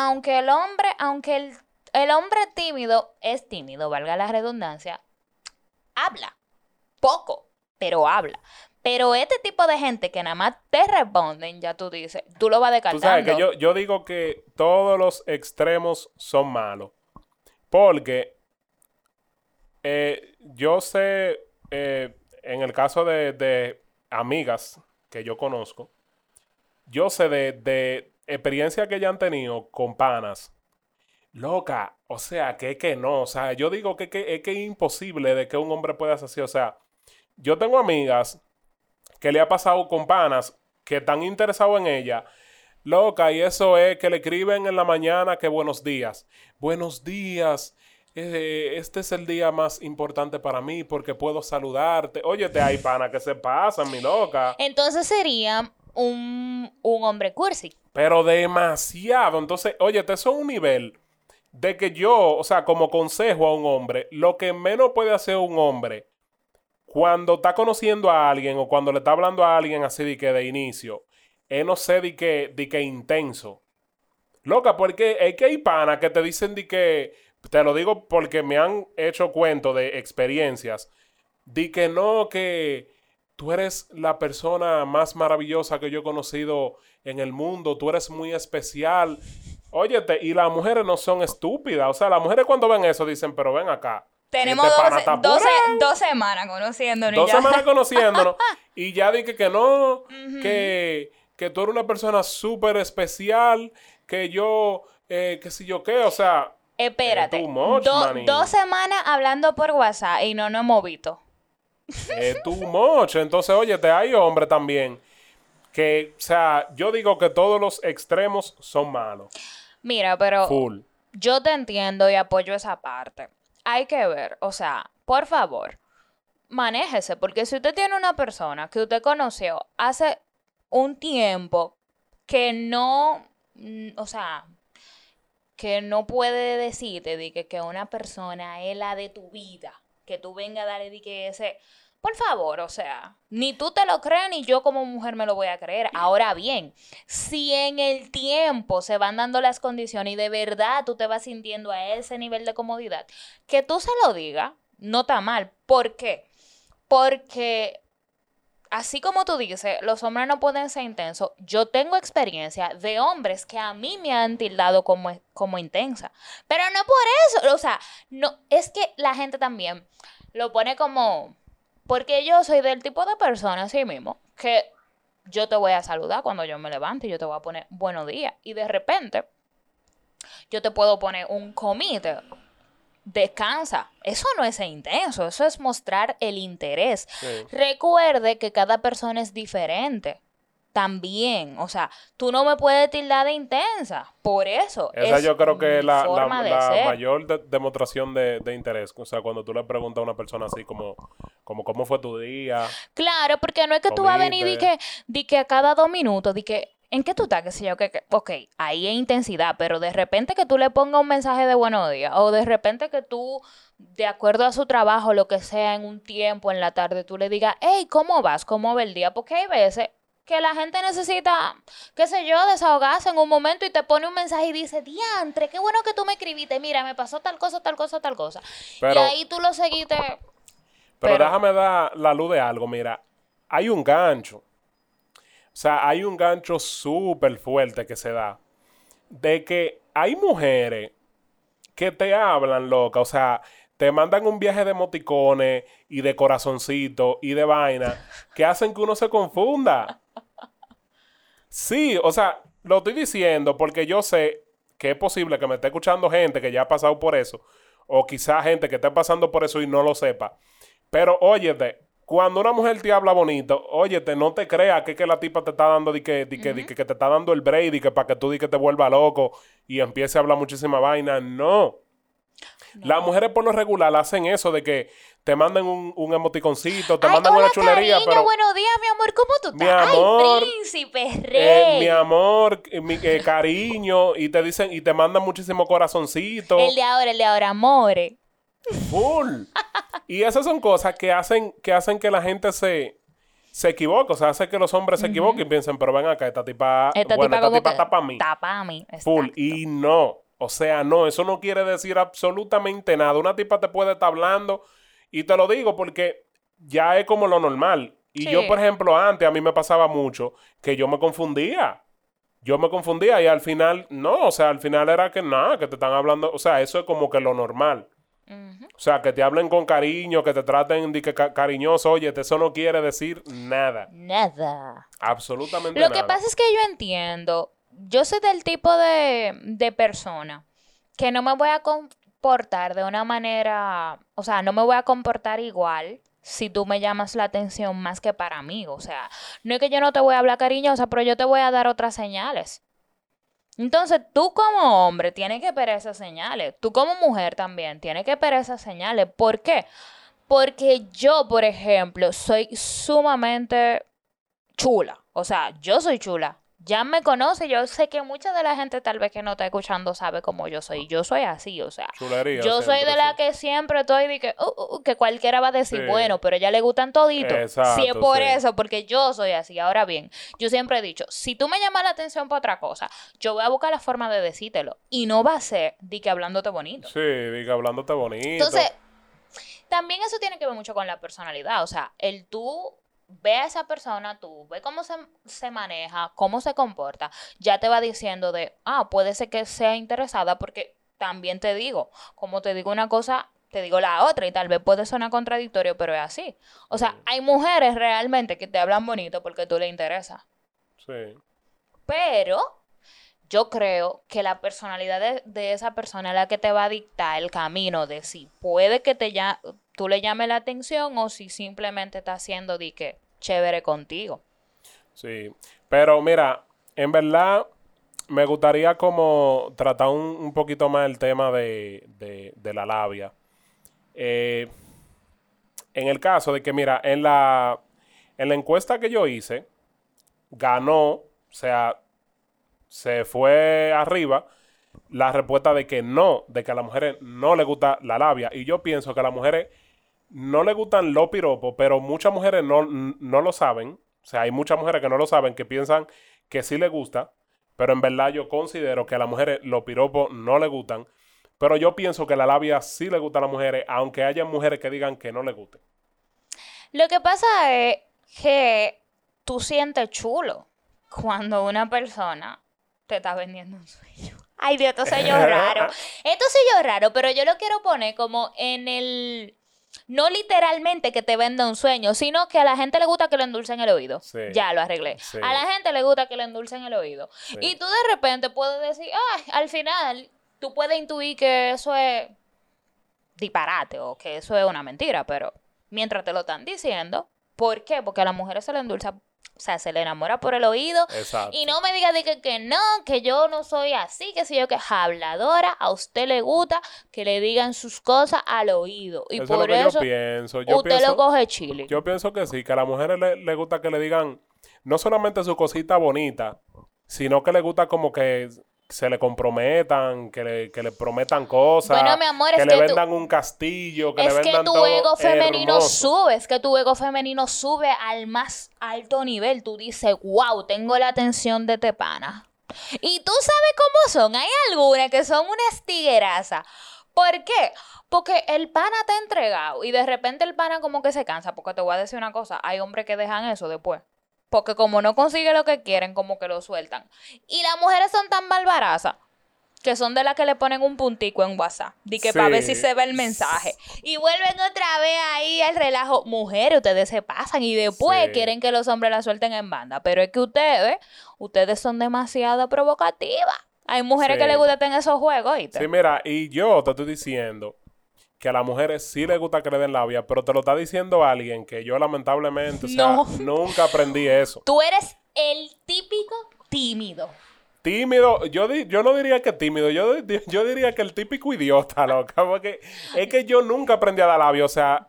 aunque el hombre tímido es tímido, valga la redundancia, habla. Poco, pero habla. Pero este tipo de gente que nada más te responden, ya tú dices, tú lo vas Tú sabes que descartando. yo digo que todos los extremos son malos. Porque yo sé, en el caso de amigas que yo conozco, yo sé de experiencia que ya han tenido con panas. Loca, o sea, que no. O sea, yo digo que es imposible de que un hombre pueda hacer así. O sea, yo tengo amigas que le ha pasado con panas que están interesados en ella. Loca, y eso es que le escriben en la mañana que buenos días. Buenos días. Este es el día más importante para mí porque puedo saludarte. Óyete, hay pana que se pasan, mi loca. Entonces sería un hombre cursi. Pero demasiado. Entonces, óyete, eso es un nivel de que yo, o sea, como consejo a un hombre, lo que menos puede hacer un hombre cuando está conociendo a alguien o cuando le está hablando a alguien así de que de inicio, es no sé de que intenso. Loca, porque es que hay panas que te dicen de que, te lo digo porque me han hecho cuento de experiencias, de que no, que tú eres la persona más maravillosa que yo he conocido en el mundo, tú eres muy especial. Óyete, y las mujeres no son estúpidas, o sea, las mujeres cuando ven eso dicen, pero ven acá. Tenemos Este pana está 12 semanas conociéndonos. Dos ya. semanas conociéndonos y ya dije que no, que tú eres una persona súper especial, que yo, qué sé yo qué, o sea, Espérate. too much, manín. 2 semanas hablando por WhatsApp y no nos hemos visto. Too much. Entonces, óyete, hay hombres también que, o sea, yo digo que todos los extremos son malos. Mira, pero Full. yo te entiendo y apoyo esa parte. Hay que ver, o sea, por favor, manéjese, porque si usted tiene una persona que usted conoció hace un tiempo que no, o sea, que no puede decirte de que una persona es la de tu vida, que tú vengas a darle de que ese, por favor, o sea, ni tú te lo crees ni yo como mujer me lo voy a creer. Ahora bien, si en el tiempo se van dando las condiciones y de verdad tú te vas sintiendo a ese nivel de comodidad, que tú se lo digas, no está mal. ¿Por qué? Porque así como tú dices, los hombres no pueden ser intensos. Yo tengo experiencia de hombres que a mí me han tildado como intensa. Pero no por eso. O sea, no, es que la gente también lo pone como... Porque yo soy del tipo de persona, así mismo, que yo te voy a saludar cuando yo me levante y yo te voy a poner buenos días. Y de repente, yo te puedo poner un comité. Descansa. Eso no es ser intenso, eso es mostrar el interés. Sí. Recuerde que cada persona es diferente. También, o sea, tú no me puedes tildar de intensa. Por eso. Esa es yo creo que es mi la forma de ser. mayor demostración de interés. O sea, cuando tú le preguntas a una persona así como ¿cómo fue tu día? Claro, porque no es que tú vas a venir di que a cada 2 minutos, di que, ¿en qué tú estás? ¿Qué sé yo? Ok, ahí es intensidad, pero de repente que tú le pongas un mensaje de buenos días, o de repente que tú, de acuerdo a su trabajo, lo que sea, en un tiempo, en la tarde, tú le digas, hey, ¿cómo vas? ¿Cómo va el día? Porque hay veces que la gente necesita, qué sé yo, desahogarse en un momento y te pone un mensaje y dice, diantre, qué bueno que tú me escribiste, mira, me pasó tal cosa, tal cosa, tal cosa. Pero, y ahí tú lo seguiste. Pero déjame dar la luz de algo. Mira, hay un gancho. O sea, hay un gancho súper fuerte que se da. De que hay mujeres que te hablan, loca. O sea, te mandan un viaje de emoticones y de corazoncito y de vaina que hacen que uno se confunda. Sí, o sea, lo estoy diciendo porque yo sé que es posible que me esté escuchando gente que ya ha pasado por eso. O quizá gente que esté pasando por eso y no lo sepa. Pero óyete, cuando una mujer te habla bonito, óyete, no te creas que la tipa te está dando que te está dando el break, que para que tú que te vuelva loco y empiece a hablar muchísima vaina. No. Las mujeres por lo regular hacen eso de que te mandan un emoticoncito, te mandan hola, una chulería, cariño, pero... buenos días, mi amor, ¿cómo tú Mi estás? amor, Ay, príncipe, rey. mi amor, mi cariño, y te dicen, y te mandan muchísimo corazoncito. El de ahora, amore. Full. Y esas son cosas que hacen que la gente se equivoque. O sea, hace que los hombres se equivoquen y piensen, pero ven acá, esta tipa está para mí. Está para mí. Full. Exacto. Y no. O sea, no, eso no quiere decir absolutamente nada. Una tipa te puede estar hablando, y te lo digo porque ya es como lo normal. Y Sí. yo, por ejemplo, antes a mí me pasaba mucho que yo me confundía. Yo me confundía y al final, no, o sea, al final era que nada, que te están hablando. O sea, eso es como que lo normal. Ujú. O sea, que te hablen con cariño, que te traten de que cariñoso. Oye, eso no quiere decir nada. Nada. Absolutamente Lo que nada. pasa es que yo entiendo, yo soy del tipo de persona que no me voy a comportar de una manera, o sea, no me voy a comportar igual si tú me llamas la atención más que para mí. O sea, no es que yo no te voy a hablar cariñosa, pero yo te voy a dar otras señales. Entonces, tú como hombre tienes que esperar esas señales. Tú como mujer también tienes que esperar esas señales. ¿Por qué? Porque yo, por ejemplo, soy sumamente chula. O sea, yo soy chula. Ya me conoce, yo sé que mucha de la gente tal vez que no está escuchando sabe cómo yo soy. Yo soy así, o sea, Chulería yo soy de siempre, sí. la que siempre estoy de que cualquiera va a Sí, decir, bueno, pero a ella le gustan toditos. Si es exacto, por sí. eso, porque yo soy así. Ahora bien, yo siempre he dicho, si tú me llamas la atención por otra cosa, yo voy a buscar la forma de decírtelo. Y no va a ser de que hablándote bonito. Sí, diga, hablándote bonito. Entonces, también eso tiene que ver mucho con la personalidad. O sea, el tú ve a esa persona, tú ve cómo se maneja, cómo se comporta, ya te va diciendo puede ser que sea interesada porque también te digo, como te digo una cosa, te digo la otra y tal vez puede sonar contradictorio, pero es así. O sea, hay mujeres realmente que te hablan bonito porque tú le interesas. Sí. Pero yo creo que la personalidad de esa persona es la que te va a dictar el camino de si puede que tú le llames la atención o si simplemente está haciendo de que chévere contigo. Sí, pero mira, en verdad me gustaría como tratar un poquito más el tema de la labia. Eh, en el caso de que, mira, en la encuesta que yo hice, ganó, o sea, se fue arriba la respuesta de que no, de que a las mujeres no les gusta la labia. Y yo pienso que a las mujeres no les gustan los piropos, pero muchas mujeres no lo saben. O sea, hay muchas mujeres que no lo saben, que piensan que sí les gusta, pero en verdad yo considero que a las mujeres los piropos no les gustan. Pero yo pienso que la labia sí le gusta a las mujeres, aunque haya mujeres que digan que no les guste. Lo que pasa es que tú sientes chulo cuando una persona te está vendiendo un sueño. Ay, Dios, esto soy yo raro. Esto soy yo raro, pero yo lo quiero poner como en el... No literalmente que te venda un sueño, sino que a la gente le gusta que le endulcen el oído. Sí. Ya lo arreglé. Sí. A la gente le gusta que le endulcen el oído. Sí. Y tú de repente puedes decir, al final, tú puedes intuir que eso es disparate o que eso es una mentira, pero mientras te lo están diciendo, ¿por qué? Porque a las mujeres se le endulza, o sea, se le enamora por el oído. Exacto. Y no me diga de que no, que yo no soy así, que si yo que es habladora, a usted le gusta que le digan sus cosas al oído. Y Eso es lo por que eso yo pienso. usted lo coge chile. Yo pienso que sí, que a las mujeres le gusta que le digan no solamente su cosita bonita, sino que le gusta como que se le comprometan, que le prometan cosas, Bueno, mi amor, que es le que vendan un castillo, que le es que vendan tu todo ego femenino hermoso. sube, es que tu ego femenino sube al más alto nivel. Tú dices, wow, tengo la atención de este pana. Y tú sabes cómo son. Hay algunas que son unas tiguerazas. ¿Por qué? Porque el pana te ha entregado y de repente el pana como que se cansa. Porque te voy a decir una cosa, hay hombres que dejan eso después. Porque como no consigue lo que quieren, como que lo sueltan. Y las mujeres son tan barbarazas que son de las que le ponen un puntico en WhatsApp. De que Sí. para ver si se ve el mensaje. Y vuelven otra vez ahí al relajo. Mujeres, ustedes se pasan y después Sí. quieren que los hombres la suelten en banda. Pero es que ustedes son demasiado provocativas. Hay mujeres Sí. que les gustan esos juegos, ¿oíste? Sí, mira, y yo te estoy diciendo que a las mujeres sí les gusta que le den labia, pero te lo está diciendo alguien que yo lamentablemente, o sea, No. nunca aprendí eso. Tú eres el típico tímido. Tímido, yo no diría que tímido, yo diría que el típico idiota, loca, porque es que yo nunca aprendí a dar labia, o sea,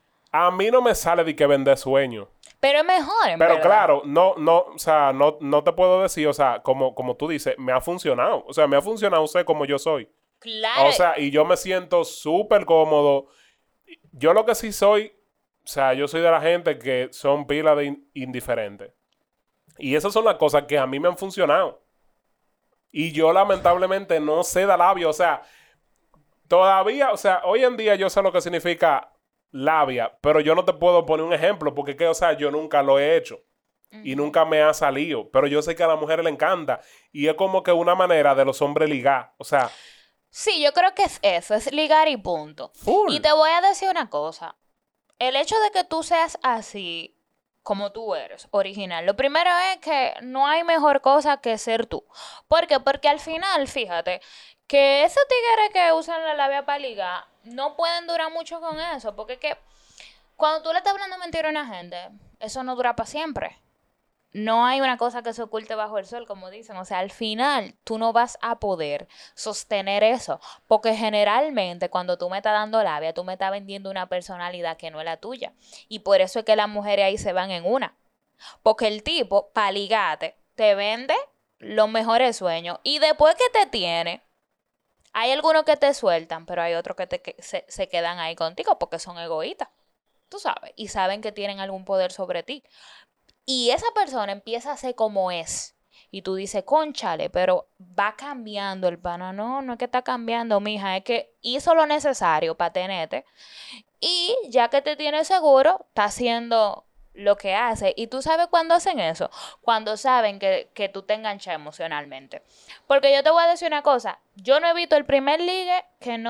a mí no me sale de que vender sueños. Pero es mejor, en Pero verdad. claro, o sea, no te puedo decir, o sea, como tú dices, me ha funcionado. O sea, me ha funcionado, sé como yo soy. Claro. O sea, y yo me siento súper cómodo. Yo lo que sí soy, o sea, yo soy de la gente que son pila de indiferentes. Y esas son las cosas que a mí me han funcionado. Y yo lamentablemente no sé dar labio. O sea, todavía, o sea, hoy en día yo sé lo que significa labia, pero yo no te puedo poner un ejemplo porque, o sea, yo nunca lo he hecho. Y nunca me ha salido. Pero yo sé que a las mujeres le encanta. Y es como que una manera de los hombres ligar. O sea, Sí, yo creo que es eso, es ligar y punto. Y Full. te voy a decir una cosa. El hecho de que tú seas así, como tú eres, original, lo primero es que no hay mejor cosa que ser tú. ¿Por qué? Porque al final, fíjate, que esos tigres que usan la labia para ligar no pueden durar mucho con eso. Porque es que cuando tú le estás hablando mentira a una gente, eso no dura para siempre. No hay una cosa que se oculte bajo el sol, como dicen. O sea, al final tú no vas a poder sostener eso. Porque generalmente cuando tú me estás dando labia, tú me estás vendiendo una personalidad que no es la tuya. Y por eso es que las mujeres ahí se van en una. Porque el tipo, para ligarte, te vende los mejores sueños. Y después que te tiene, hay algunos que te sueltan, pero hay otros se quedan ahí contigo porque son egoístas. Tú sabes. Y saben que tienen algún poder sobre ti. Y esa persona empieza a ser como es. Y tú dices, cónchale, pero va cambiando el pana. No, no es que está cambiando, mija, es que hizo lo necesario para tenerte. Y ya que te tiene seguro, está haciendo lo que hace. Y tú sabes cuándo hacen eso. Cuando saben que tú te enganchas emocionalmente. Porque yo te voy a decir una cosa. Yo no he visto el primer ligue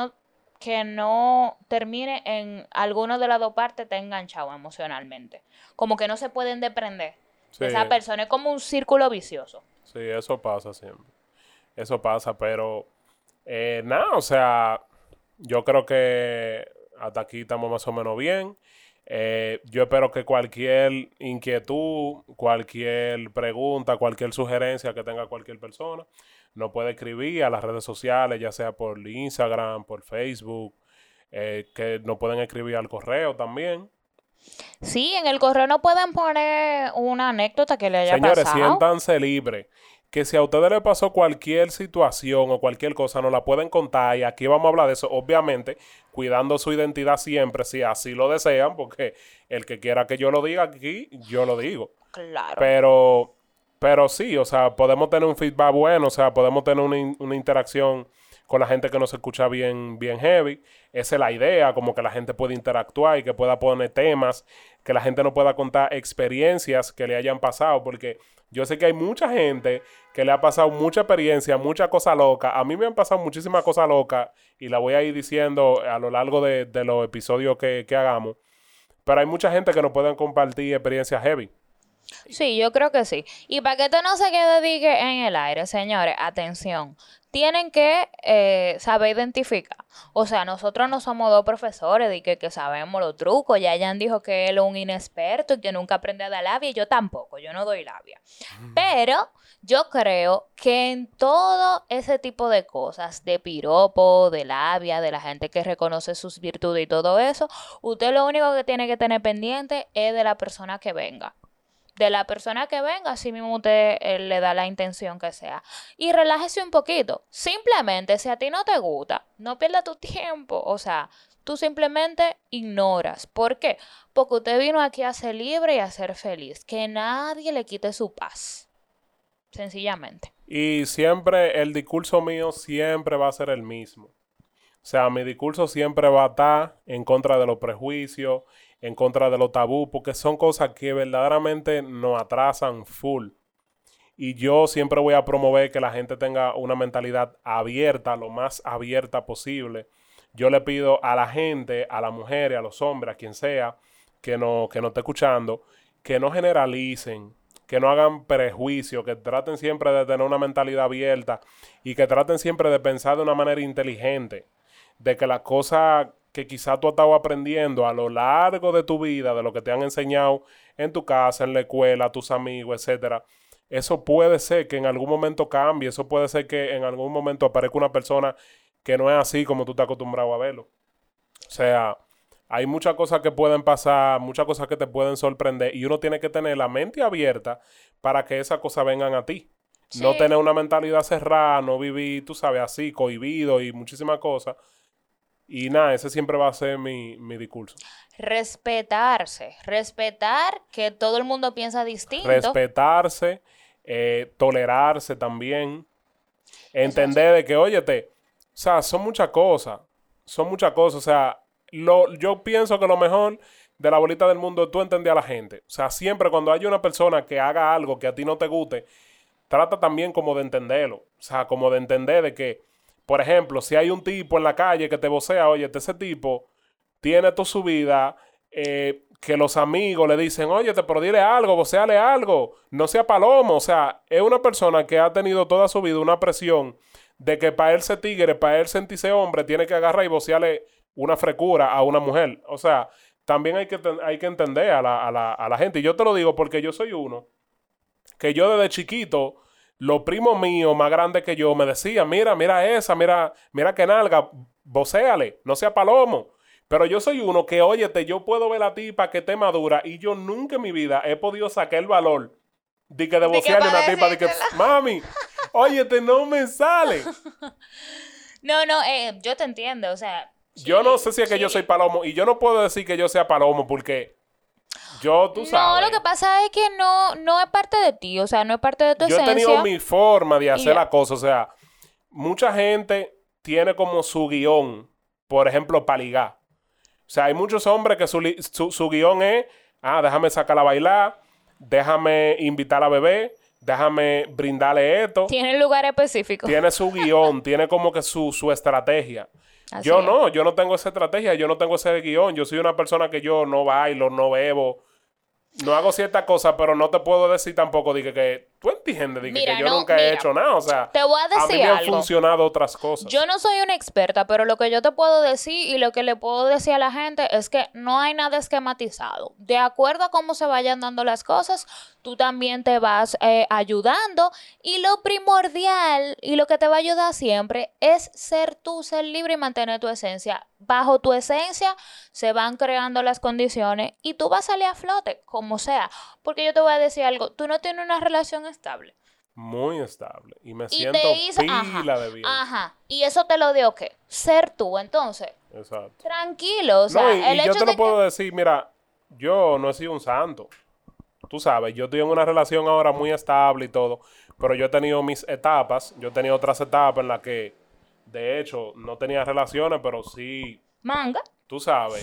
que no termine en alguno de las dos partes está enganchado emocionalmente. Como que no se pueden desprender Sí, de esa persona. Es como un círculo vicioso. sí, eso pasa siempre. Eso pasa, pero nada, o sea, yo creo que hasta aquí estamos más o menos bien. Yo espero que cualquier inquietud, cualquier pregunta, cualquier sugerencia que tenga cualquier persona, nos puede escribir a las redes sociales, ya sea por Instagram, por Facebook, que nos pueden escribir al correo también. Sí, en el correo no pueden poner una anécdota que le haya Señores, pasado. siéntanse libres. Que si a ustedes les pasó cualquier situación o cualquier cosa, nos la pueden contar y aquí vamos a hablar de eso. Obviamente, cuidando su identidad siempre, si así lo desean, porque el que quiera que yo lo diga aquí, yo lo digo. Claro. Pero, pero sí, o sea, podemos tener un feedback bueno, o sea, podemos tener una interacción con la gente que nos escucha bien, bien heavy. Esa es la idea, como que la gente puede interactuar y que pueda poner temas, que la gente nos pueda contar experiencias que le hayan pasado, porque yo sé que hay mucha gente que le ha pasado mucha experiencia, mucha cosa loca. A mí me han pasado muchísimas cosas locas y la voy a ir diciendo a lo largo de los episodios que hagamos. Pero hay mucha gente que nos pueden compartir experiencias heavy. Sí, yo creo que sí. Y para que esto no se quede digue en el aire, señores, atención. Tienen que saber identificar. O sea, nosotros no somos dos profesores de que sabemos los trucos. Ya Jan dijo que él es un inexperto y que nunca aprende a dar labia. Yo tampoco, yo no doy labia. Pero yo creo que en todo ese tipo de cosas, de piropo, de labia, de la gente que reconoce sus virtudes y todo eso, usted lo único que tiene que tener pendiente es de la persona que venga. De la persona que venga, así mismo usted le da la intención que sea. Y relájese un poquito. Simplemente, si a ti no te gusta, no pierda tu tiempo. O sea, tú simplemente ignoras. ¿Por qué? Porque usted vino aquí a ser libre y a ser feliz. Que nadie le quite su paz. Sencillamente. Y siempre, el discurso mío siempre va a ser el mismo. O sea, mi discurso siempre va a estar en contra de los prejuicios, en contra de los tabú, porque son cosas que verdaderamente nos atrasan full. Y yo siempre voy a promover que la gente tenga una mentalidad abierta, lo más abierta posible. Yo le pido a la gente, a las mujeres, a los hombres, a quien sea, que no esté escuchando, que no generalicen, que no hagan prejuicios, que traten siempre de tener una mentalidad abierta y que traten siempre de pensar de una manera inteligente, de que las cosas que quizá tú has estado aprendiendo a lo largo de tu vida, de lo que te han enseñado en tu casa, en la escuela, tus amigos, etcétera, eso puede ser que en algún momento cambie, eso puede ser que en algún momento aparezca una persona que no es así como tú estás acostumbrado a verlo. O sea, hay muchas cosas que pueden pasar, muchas cosas que te pueden sorprender y uno tiene que tener la mente abierta para que esas cosas vengan a ti. No Sí. tener una mentalidad cerrada, no vivir, tú sabes, así, cohibido y muchísimas cosas. Y nada, ese siempre va a ser mi discurso. Respetarse. Respetar que todo el mundo piensa distinto. Respetarse, tolerarse también, Eso es entender de que, óyete, o sea, son muchas cosas, o sea, yo pienso que lo mejor de la bolita del mundo es tú entender a la gente, o sea, siempre cuando hay una persona que haga algo que a ti no te guste, trata también como de entenderlo, o sea, como de entender de que por ejemplo, si hay un tipo en la calle que te vocea, oye, ese tipo tiene toda su vida, que los amigos le dicen, oye, pero dile algo, vocéale algo, no sea palomo. O sea, es una persona que ha tenido toda su vida una presión de que para él ser tigre, para él sentirse hombre, tiene que agarrar y vocearle una frecura a una mujer. O sea, también hay que entender a la gente. Y yo te lo digo porque yo soy uno que yo desde chiquito, los primos míos más grandes que yo me decían, mira esa, mira que nalga, vocéale, no sea palomo. Pero yo soy uno que, óyete, yo puedo ver a la tipa que esté madura y yo nunca en mi vida he podido sacar el valor de que de vocearle a una tipa, de que, mami, óyete, no me sale. No, yo te entiendo, o sea... Yo no sé si es que yo soy palomo y yo no puedo decir que yo sea palomo porque tú sabes. No, lo que pasa es que no es parte de ti, o sea, no es parte de tu Yo he esencia. tenido mi forma de hacer ya. la cosa, o sea, mucha gente tiene como su guión, por ejemplo, para ligar. O sea, hay muchos hombres que su guión es, déjame sacarla a bailar, déjame invitarla a beber, déjame brindarle esto. Tiene un lugar específico. Tiene su guión, tiene como que su estrategia. Así Yo es. no tengo esa estrategia, yo no tengo ese guión. Yo soy una persona que yo no bailo, no bebo, no hago ciertas cosas, pero no te puedo decir tampoco que tú entiendes, Mira, que yo nunca he hecho nada. O sea, te voy a decir mí me han algo. funcionado otras cosas. Yo no soy una experta, pero lo que yo te puedo decir y lo que le puedo decir a la gente es que no hay nada esquematizado. De acuerdo a cómo se vayan dando las cosas, tú también te vas ayudando. Y lo primordial y lo que te va a ayudar siempre es ser tú, ser libre y mantener tu esencia. Bajo tu esencia se van creando las condiciones y tú vas a salir a flote, como sea. Porque yo te voy a decir algo, tú no tienes una relación estable. Muy estable. Y me Y siento te hice, pila de bien. Ajá. Y eso te lo dio, ¿qué? Ser tú. Entonces, Exacto. tranquilo. O sea, No, el y yo hecho te lo de puedo que... decir, mira, yo no he sido un santo. Tú sabes, yo estoy en una relación ahora muy estable y todo, pero yo he tenido mis etapas, yo he tenido otras etapas en las que, de hecho, no tenía relaciones, pero sí, Manga. tú sabes.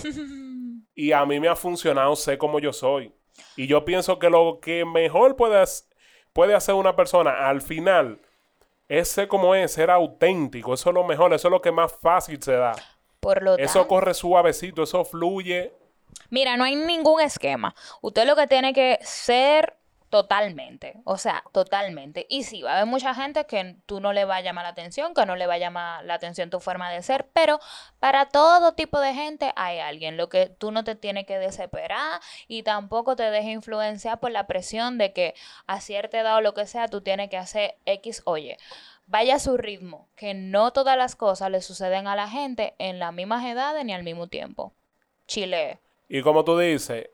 Y a mí me ha funcionado, sé cómo yo soy. Y yo pienso que lo que mejor puede hacer una persona al final es ser como es, ser auténtico. Eso es lo mejor, eso es lo que más fácil se da. Por lo Eso tanto... corre suavecito, eso fluye. Mira, no hay ningún esquema. Usted lo que tiene que ser totalmente, o sea, totalmente. Y sí, va a haber mucha gente que tú no le va a llamar la atención, que no le va a llamar la atención tu forma de ser, pero para todo tipo de gente hay alguien. Lo que tú no te tienes que desesperar y tampoco te dejes influenciar por la presión de que a cierta edad o lo que sea, tú tienes que hacer X, oye. Vaya a su ritmo, que no todas las cosas le suceden a la gente en las mismas edades ni al mismo tiempo. Chile. Y como tú dices,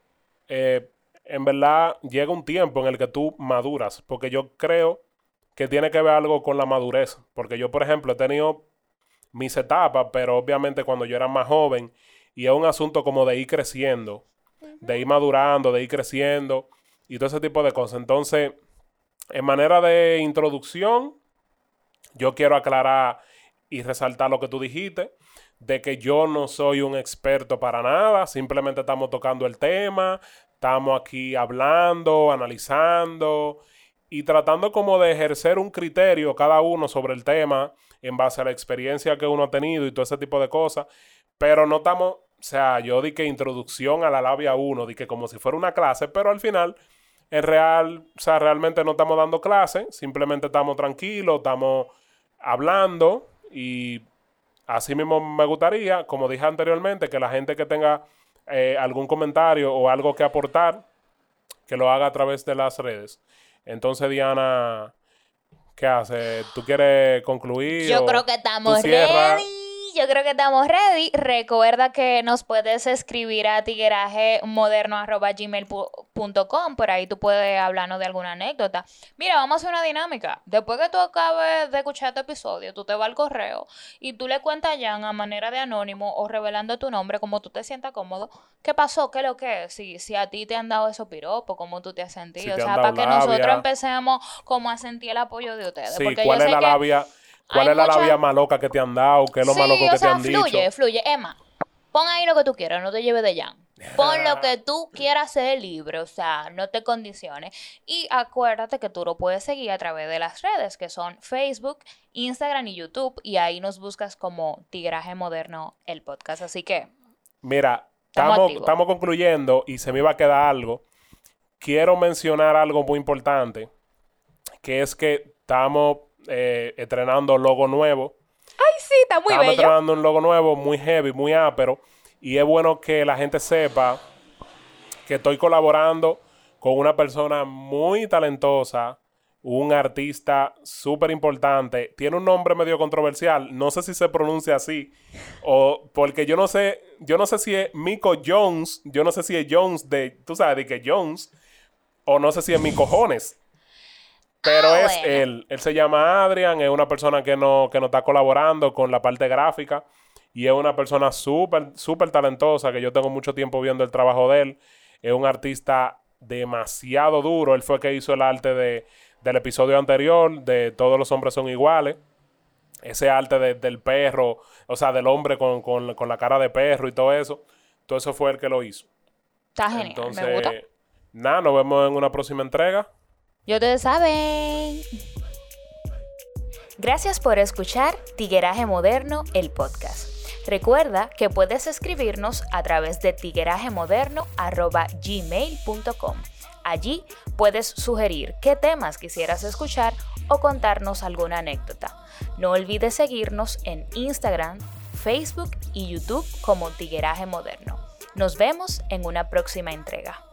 en verdad llega un tiempo en el que tú maduras, porque yo creo que tiene que ver algo con la madurez, porque yo, por ejemplo, he tenido mis etapas, pero obviamente cuando yo era más joven, y es un asunto como de ir creciendo, de ir madurando, de ir creciendo, y todo ese tipo de cosas. Entonces, en manera de introducción, yo quiero aclarar y resaltar lo que tú dijiste, de que yo no soy un experto para nada, simplemente estamos tocando el tema, estamos aquí hablando, analizando y tratando como de ejercer un criterio cada uno sobre el tema en base a la experiencia que uno ha tenido y todo ese tipo de cosas, pero no estamos, o sea, yo di que introducción a la labia 1, di que como si fuera una clase, pero al final, o sea, realmente no estamos dando clase, simplemente estamos tranquilos, estamos hablando y así mismo me gustaría, como dije anteriormente, que la gente que tenga algún comentario o algo que aportar, que lo haga a través de las redes. Entonces, Diana, ¿qué hace? ¿Tú quieres concluir? Yo o creo que tú estamos cierras? ready. Yo creo que estamos ready. Recuerda que nos puedes escribir a tiguerajemoderno@gmail.com. Por ahí tú puedes hablarnos de alguna anécdota. Mira, vamos a hacer una dinámica. Después que tú acabes de escuchar este episodio, tú te vas al correo y tú le cuentas a Jan a manera de anónimo o revelando tu nombre como tú te sientas cómodo. ¿Qué pasó? ¿Qué es lo que es? Si a ti te han dado esos piropos, ¿cómo tú te has sentido? Si O te sea, han dado para que nosotros labia. empecemos como a sentir el apoyo de ustedes. Sí, Porque ¿cuál yo es sé la que labia? ¿Cuál hay es la mucha... labia más loca que te han dado? ¿Qué es lo más Sí, loco o que te sea, han dicho? fluye. Emma, pon ahí lo que tú quieras, no te lleves de Jan. Pon lo que tú quieras ser libre, o sea, no te condiciones. Y acuérdate que tú lo puedes seguir a través de las redes, que son Facebook, Instagram y YouTube, y ahí nos buscas como Tigraje Moderno, el podcast. Así que, Mira, estamos activos. estamos concluyendo y se me iba a quedar algo. Quiero mencionar algo muy importante, que es que estamos estrenando logo nuevo. Ay, sí, está muy Estamos bello. estrenando un logo nuevo, muy heavy, muy ápero. Y es bueno que la gente sepa que estoy colaborando con una persona muy talentosa, un artista súper importante. Tiene un nombre medio controversial. No sé si se pronuncia así. O porque yo no sé si es Miko Jones. Yo no sé si es Jones tú sabes, de que Jones. O no sé si es Miko Jones. Pero es bueno. él. Él se llama Adrian. Es una persona que nos está colaborando con la parte gráfica. Y es una persona súper, súper talentosa, que yo tengo mucho tiempo viendo el trabajo de él. Es un artista demasiado duro. Él fue el que hizo el arte del episodio anterior, de Todos los hombres son iguales. Ese arte del perro, o sea, del hombre con la cara de perro y todo eso. Todo eso fue el que lo hizo. Está genial, Entonces, me gusta. nada, nos vemos en una próxima entrega. Ya ustedes saben. Gracias por escuchar Tigueraje Moderno, el podcast. Recuerda que puedes escribirnos a través de tiguerajemoderno@gmail.com. Allí puedes sugerir qué temas quisieras escuchar o contarnos alguna anécdota. No olvides seguirnos en Instagram, Facebook y YouTube como Tigueraje Moderno. Nos vemos en una próxima entrega.